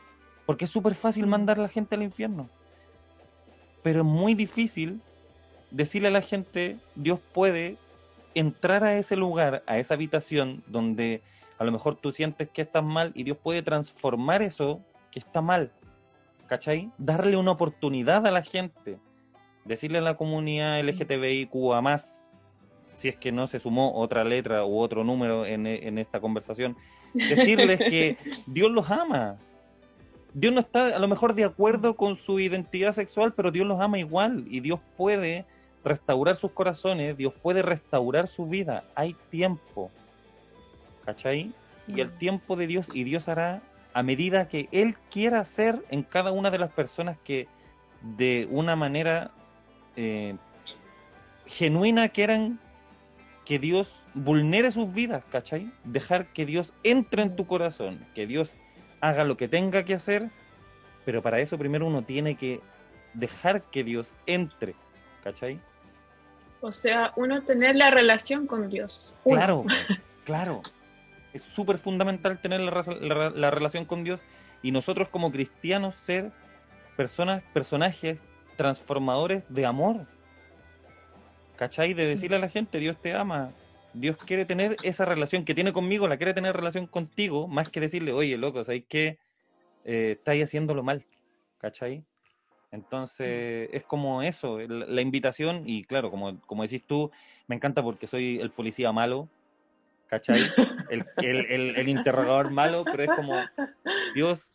Porque es súper fácil mandar a la gente al infierno. Pero es muy difícil decirle a la gente, Dios puede entrar a ese lugar, a esa habitación donde a lo mejor tú sientes que estás mal y Dios puede transformar eso que está mal, ¿cachai? Darle una oportunidad a la gente, decirle a la comunidad L G T B I Q A más, si es que no se sumó otra letra u otro número en, en esta conversación, decirles que Dios los ama. Dios no está a lo mejor de acuerdo con su identidad sexual, pero Dios los ama igual y Dios puede restaurar sus corazones, Dios puede restaurar su vida. Hay tiempo, ¿cachai? Y el tiempo de Dios, y Dios hará a medida que Él quiera hacer en cada una de las personas que de una manera eh, genuina quieran que Dios vulnere sus vidas, ¿cachai? Dejar que Dios entre en tu corazón, que Dios haga lo que tenga que hacer, pero para eso primero uno tiene que dejar que Dios entre, ¿cachai? O sea, uno tener la relación con Dios. Uno. Claro, claro. Es súper fundamental tener la, la, la relación con Dios y nosotros como cristianos ser personas, personajes transformadores de amor, ¿cachai? De decirle a la gente, Dios te ama, Dios quiere tener esa relación que tiene conmigo, la quiere tener relación contigo, más que decirle, oye, loco, ¿sabes qué? Eh, estáis haciéndolo mal, ¿cachai? Entonces, es como eso, la, la invitación, y claro, como, como decís tú, me encanta porque soy el policía malo, ¿cachai? El, el, el, el interrogador malo, pero es como, Dios,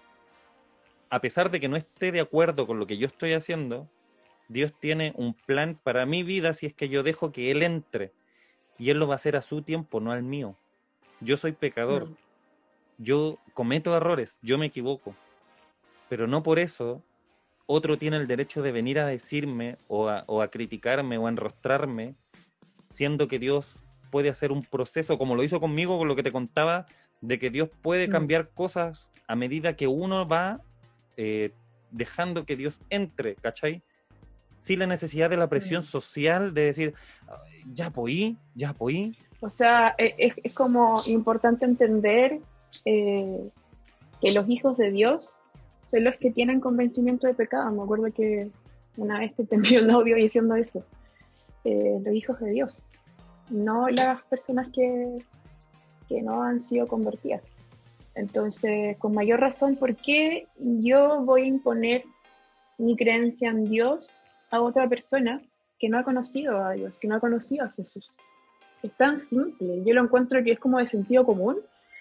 a pesar de que no esté de acuerdo con lo que yo estoy haciendo, Dios tiene un plan para mi vida si es que yo dejo que Él entre. Y Él lo va a hacer a su tiempo, no al mío. Yo soy pecador. Mm. Yo cometo errores, yo me equivoco. Pero no por eso otro tiene el derecho de venir a decirme o a, o a criticarme o a enrostrarme, siendo que Dios puede hacer un proceso, como lo hizo conmigo, con lo que te contaba, de que Dios puede cambiar mm. cosas a medida que uno va eh, dejando que Dios entre, ¿cachai? Sin la necesidad de la presión mm. social de decir, ya poí, ya poí. O sea, es, es como importante entender eh, que los hijos de Dios son los que tienen convencimiento de pecado. Me acuerdo que una vez te envió un audio diciendo eso. Eh, los hijos de Dios, no las personas que, que no han sido convertidas. Entonces, con mayor razón, ¿por qué yo voy a imponer mi creencia en Dios a otra persona que no ha conocido a Dios, que no ha conocido a Jesús? Es tan simple. Yo lo encuentro que es como de sentido común,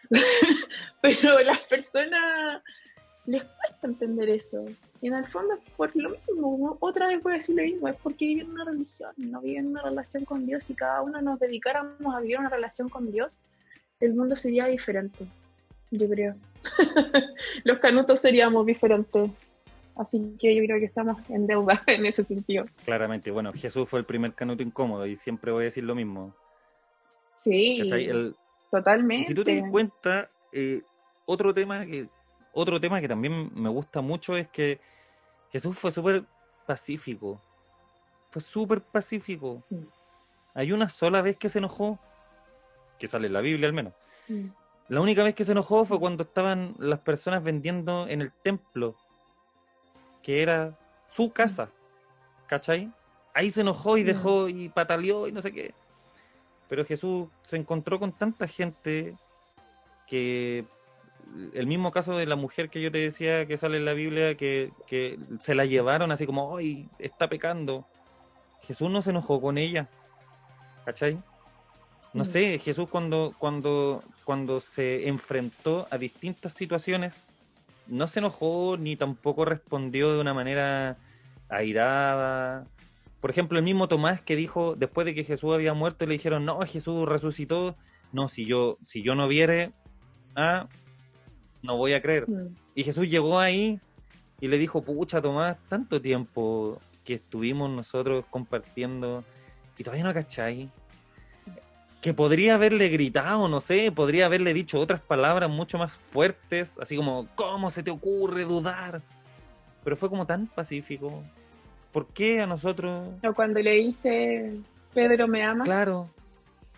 pero a las personas les cuesta entender eso. Y en el fondo es por lo mismo, ¿no? Otra vez voy a decir lo mismo, es porque viven una religión, no viven una relación con Dios. Si cada uno nos dedicáramos a vivir una relación con Dios, el mundo sería diferente, yo creo. Los canutos seríamos diferentes. Así que yo creo que estamos en deuda en ese sentido. Claramente, bueno, Jesús fue el primer canuto incómodo y siempre voy a decir lo mismo. Sí, el, totalmente. Si tú te das cuenta, eh, otro tema que otro tema que también me gusta mucho es que Jesús fue súper pacífico. Fue súper pacífico. Mm. Hay una sola vez que se enojó, que sale en la Biblia al menos. Mm. La única vez que se enojó fue cuando estaban las personas vendiendo en el templo, que era su casa, ¿cachai? Ahí se enojó y dejó y pataleó y no sé qué. Pero Jesús se encontró con tanta gente que... El mismo caso de la mujer que yo te decía que sale en la Biblia, que, que se la llevaron así como, ¡ay, está pecando! Jesús no se enojó con ella, ¿cachai? No mm. sé, Jesús cuando, cuando, cuando se enfrentó a distintas situaciones, no se enojó ni tampoco respondió de una manera airada. Por ejemplo, el mismo Tomás que dijo, después de que Jesús había muerto, le dijeron, no, Jesús resucitó. No, si yo, si yo no viere, ah, no voy a creer. Mm. Y Jesús llegó ahí y le dijo, pucha, Tomás, tanto tiempo que estuvimos nosotros compartiendo y todavía no cachai. Que podría haberle gritado, no sé, podría haberle dicho otras palabras mucho más fuertes, así como, ¿cómo se te ocurre dudar? Pero fue como tan pacífico. ¿Por qué a nosotros? O cuando le dice, Pedro, ¿me amas? Claro.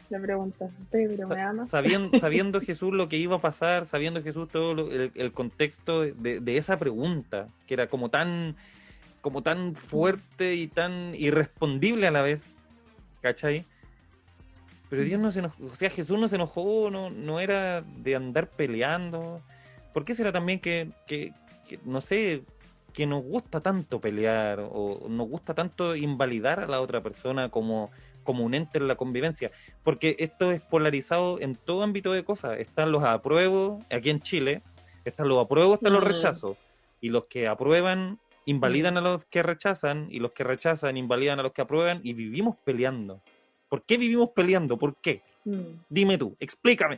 La pregunta, ¿Pedro me ama? Sabiendo, sabiendo Jesús lo que iba a pasar, sabiendo Jesús todo lo, el, el contexto de, de esa pregunta, que era como tan, como tan fuerte y tan irrespondible a la vez, ¿cachai? Pero Dios no se enojó, o sea, Jesús no se enojó, no, no era de andar peleando. ¿Por qué será también que, que, que, no sé, que nos gusta tanto pelear o nos gusta tanto invalidar a la otra persona como, como un ente en la convivencia? Porque esto es polarizado en todo ámbito de cosas. Están los apruebos, aquí en Chile, están los apruebos, están los Mm, rechazos. Y los que aprueban invalidan mm. a los que rechazan, y los que rechazan invalidan a los que aprueban, y vivimos peleando. ¿Por qué vivimos peleando? ¿Por qué? Mm. Dime tú, explícame.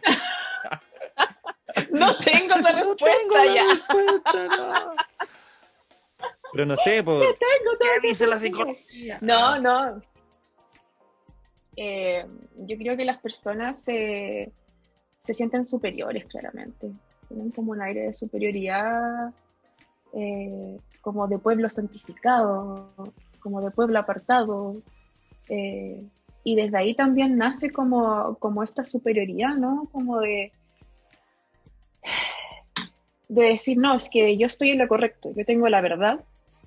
No tengo esa No respuesta tengo la ya. respuesta, no. Pero no sé, por... Tengo toda ¿qué esa dice la respuesta. psicología? No, no. Eh, yo creo que las personas se, se sienten superiores, claramente. Tienen como un aire de superioridad, eh, como de pueblo santificado, como de pueblo apartado. eh, y desde ahí también nace como, como esta superioridad, ¿no? Como de, de decir, no, es que yo estoy en lo correcto, yo tengo la verdad,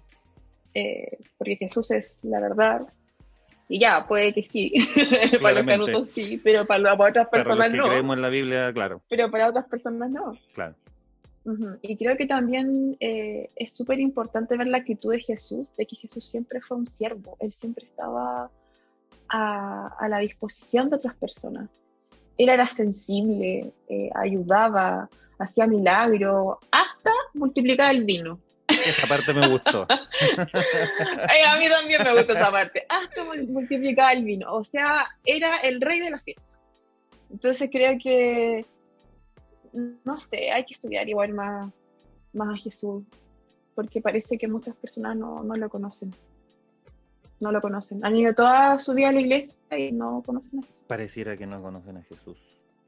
eh, porque Jesús es la verdad. Y ya, puede que sí, para los Claramente. canutos sí, pero para, para otras Para los personas que no. creemos en la Biblia, claro, Pero para otras personas no. claro. Ujú. Y creo que también eh, es súper importante ver la actitud de Jesús, de que Jesús siempre fue un siervo, él siempre estaba a, a la disposición de otras personas. Él era sensible, eh, ayudaba, hacía milagros, hasta multiplicaba el vino. Esa parte me gustó. Ay, a mí también me gusta esa parte, hasta multiplicaba el vino, o sea, era el rey de la fiesta. Entonces creo que no sé, hay que estudiar igual más, más a Jesús, porque parece que muchas personas no, no lo conocen. No lo conocen. Han ido toda su vida a la iglesia y no conocen a Jesús. Pareciera que no conocen a Jesús.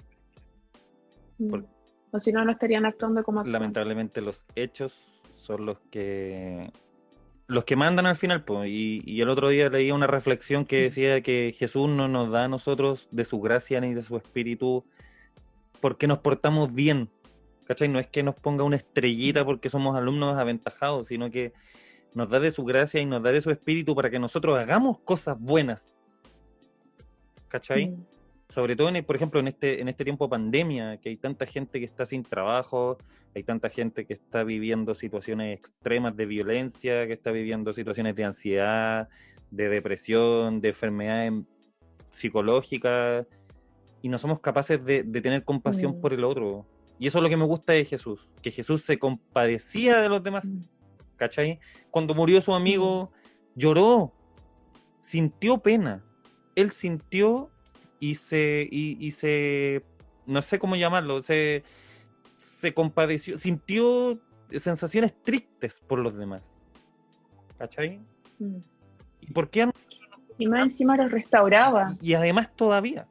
Mm. Por- O si no, no estarían actuando como actúan. Lamentablemente los hechos son los que los que mandan al final, pues. Y, y el otro día leía una reflexión que decía que Jesús no nos da a nosotros de su gracia ni de su espíritu porque nos portamos bien, ¿cachai? No es que nos ponga una estrellita porque somos alumnos aventajados, sino que nos da de su gracia y nos da de su espíritu para que nosotros hagamos cosas buenas, ¿cachai? Mm. Sobre todo, en, el- por ejemplo, en este, en este tiempo de pandemia, que hay tanta gente que está sin trabajo, hay tanta gente que está viviendo situaciones extremas de violencia, que está viviendo situaciones de ansiedad, de depresión, de enfermedades psicológicas, y no somos capaces de, de tener compasión Mm. por el otro. Y eso es lo que me gusta de Jesús, que Jesús se compadecía de los demás, Mm. ¿cachai? Cuando murió su amigo, lloró, sintió pena, él sintió y se, y, y se, no sé cómo llamarlo, se, se compadeció, sintió sensaciones tristes por los demás, ¿cachai? Mm. ¿Y por qué? Y más encima los restauraba. Y además todavía.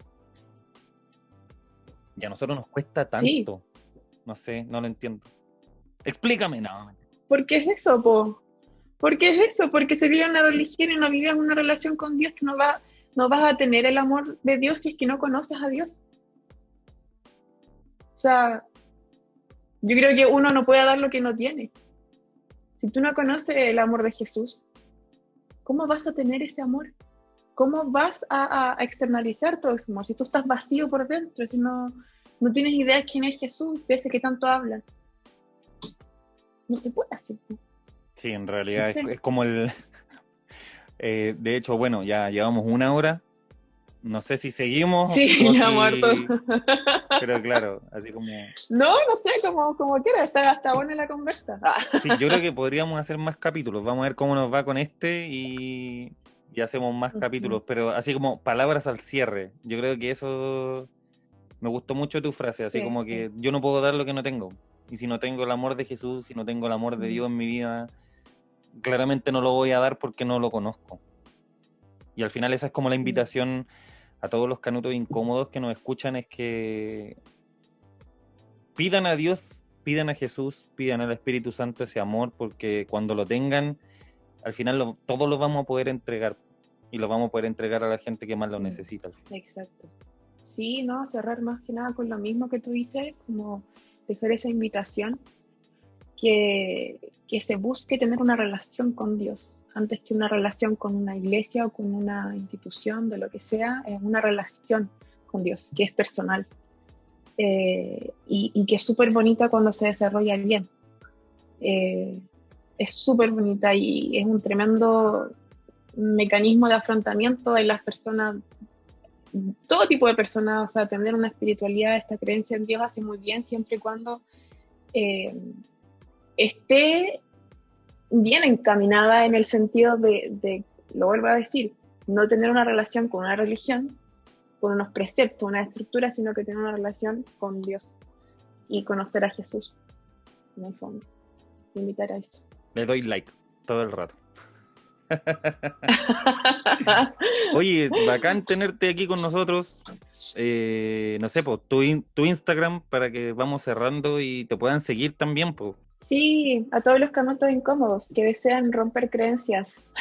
Y a nosotros nos cuesta Sí. tanto. No sé, no lo entiendo. Explícame, no. ¿Por qué es eso, po? ¿Por qué es eso? Porque se vive una religión y no vives una relación con Dios, que no, va, no vas a tener el amor de Dios si es que no conoces a Dios. O sea, yo creo que uno no puede dar lo que no tiene. Si tú no conoces el amor de Jesús, ¿cómo vas a tener ese amor? ¿Cómo vas a, a externalizar todo ese amor? Si tú estás vacío por dentro, si no, no tienes idea de quién es Jesús, pese a que tanto hablan. No se puede hacer. Sí, en realidad No sé. es, es como el... eh, de hecho, bueno, ya llevamos una hora. No sé si seguimos Sí, o ya si... muerto. Pero claro, así como... No, no sé, como, como quiera, está, está buena la conversa. Ah. Sí, yo creo que podríamos hacer más capítulos. Vamos a ver cómo nos va con este y, y hacemos más Ujú. capítulos. Pero así como palabras al cierre. Yo creo que eso... Me gustó mucho tu frase, así Sí. como que yo no puedo dar lo que no tengo. Y si no tengo el amor de Jesús, si no tengo el amor de Mm. Dios en mi vida, claramente no lo voy a dar porque no lo conozco. Y al final esa es como la invitación a todos los canutos incómodos que nos escuchan, es que pidan a Dios, pidan a Jesús, pidan al Espíritu Santo ese amor, porque cuando lo tengan, al final lo, todo lo vamos a poder entregar. y lo vamos a poder entregar a la gente que más lo necesita. Exacto. Sí, no, cerrar más que nada con lo mismo que tú dices, como dejar esa invitación, que, que se busque tener una relación con Dios, antes que una relación con una iglesia o con una institución, de lo que sea, es una relación con Dios, que es personal, eh, y, y que es súper bonita cuando se desarrolla bien. Eh, es súper bonita y es un tremendo mecanismo de afrontamiento en las personas, todo tipo de personas. O sea, tener una espiritualidad, esta creencia en Dios hace muy bien siempre y cuando eh, esté bien encaminada en el sentido de, de, lo vuelvo a decir, no tener una relación con una religión, con unos preceptos, una estructura, sino que tener una relación con Dios y conocer a Jesús, en el fondo. Invitar a eso. Le doy like todo el rato. Oye, bacán tenerte aquí con nosotros. Eh, no sé, pues, tu, in- tu Instagram para que vamos cerrando y te puedan seguir también, pues. Sí, a todos los canutos incómodos que desean romper creencias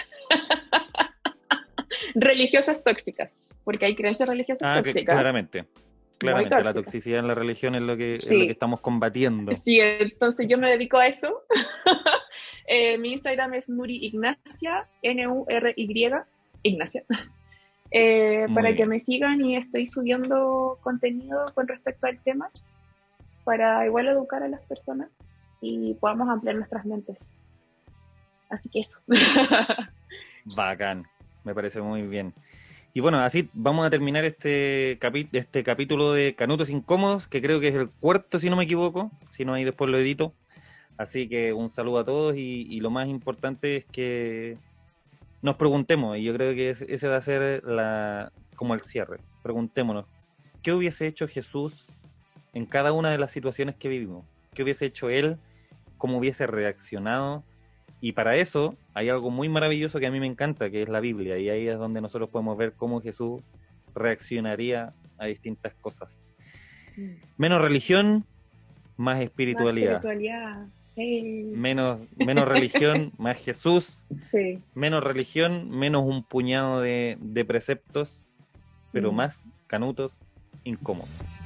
religiosas tóxicas, porque hay creencias religiosas Ah, que, tóxicas, claramente. muy Claramente, la tóxicas. toxicidad en la religión es lo que, es lo que Sí, estamos combatiendo. sí, entonces yo me dedico a eso. eh, mi Instagram es Nuri Ignacia, N U R Y, Ignacia. Eh, Muy para que bien. me sigan, y estoy subiendo contenido con respecto al tema para igual educar a las personas y podamos ampliar nuestras mentes. Así que eso. Bacán. Me parece muy bien. Y bueno, así vamos a terminar este, capi- este capítulo de Canutos Incómodos, que creo que es el cuarto, si no me equivoco. Si no, ahí después lo edito. Así que un saludo a todos y, y lo más importante es que nos preguntemos, y yo creo que ese, ese va a ser la, como el cierre. Preguntémonos, ¿qué hubiese hecho Jesús en cada una de las situaciones que vivimos? ¿Qué hubiese hecho Él? ¿Cómo hubiese reaccionado? Y para eso hay algo muy maravilloso que a mí me encanta, que es la Biblia, y ahí es donde nosotros podemos ver cómo Jesús reaccionaría a distintas cosas. Menos religión, más Más espiritualidad. espiritualidad. Hey. Menos, menos religión, más Jesús. Sí. Menos religión, menos un puñado de, de preceptos, pero Mm. más canutos incómodos.